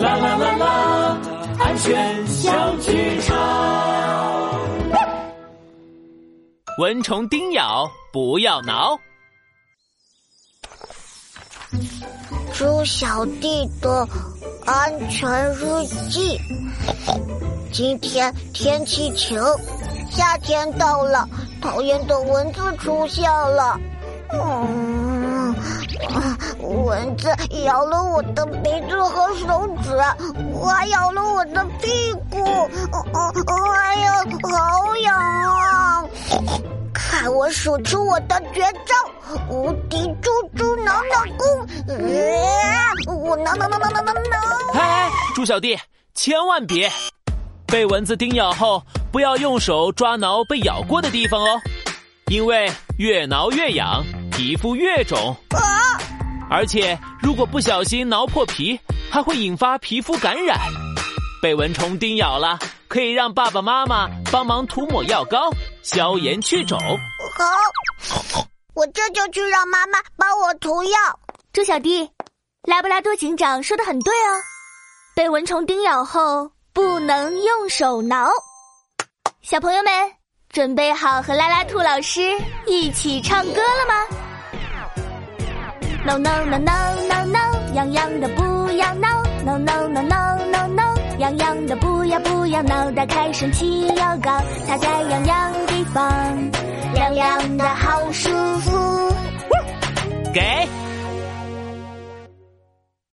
啦啦啦啦，安全小剧场。 蚊虫叮咬，不要挠。 猪小弟的安全日记。今天天气晴，夏天到了，讨厌的蚊子出现了。蚊子咬了我的鼻子和手指，还咬了我的屁股，哎呀，好痒啊！看我使出我的绝招——无敌猪猪挠挠功！我挠！ 哎，猪小弟，千万别！被蚊子叮咬后，不要用手抓挠被咬过的地方哦，因为越挠越痒，皮肤越肿。而且如果不小心挠破皮，还会引发皮肤感染。被蚊虫叮咬了，可以让爸爸妈妈帮忙涂抹药膏，消炎去肿。 好，我这就去让妈妈帮我涂药。 猪小弟，拉布拉多警长说得很对哦，被蚊虫叮咬后不能用手挠。小朋友们，准备好和拉拉兔老师一起唱歌了吗？ No no no no no no， 痒痒的不要挠 ，No no no no no no， 痒痒的不要挠，打开生气药膏，擦在痒痒地方，凉凉的好舒服。 给。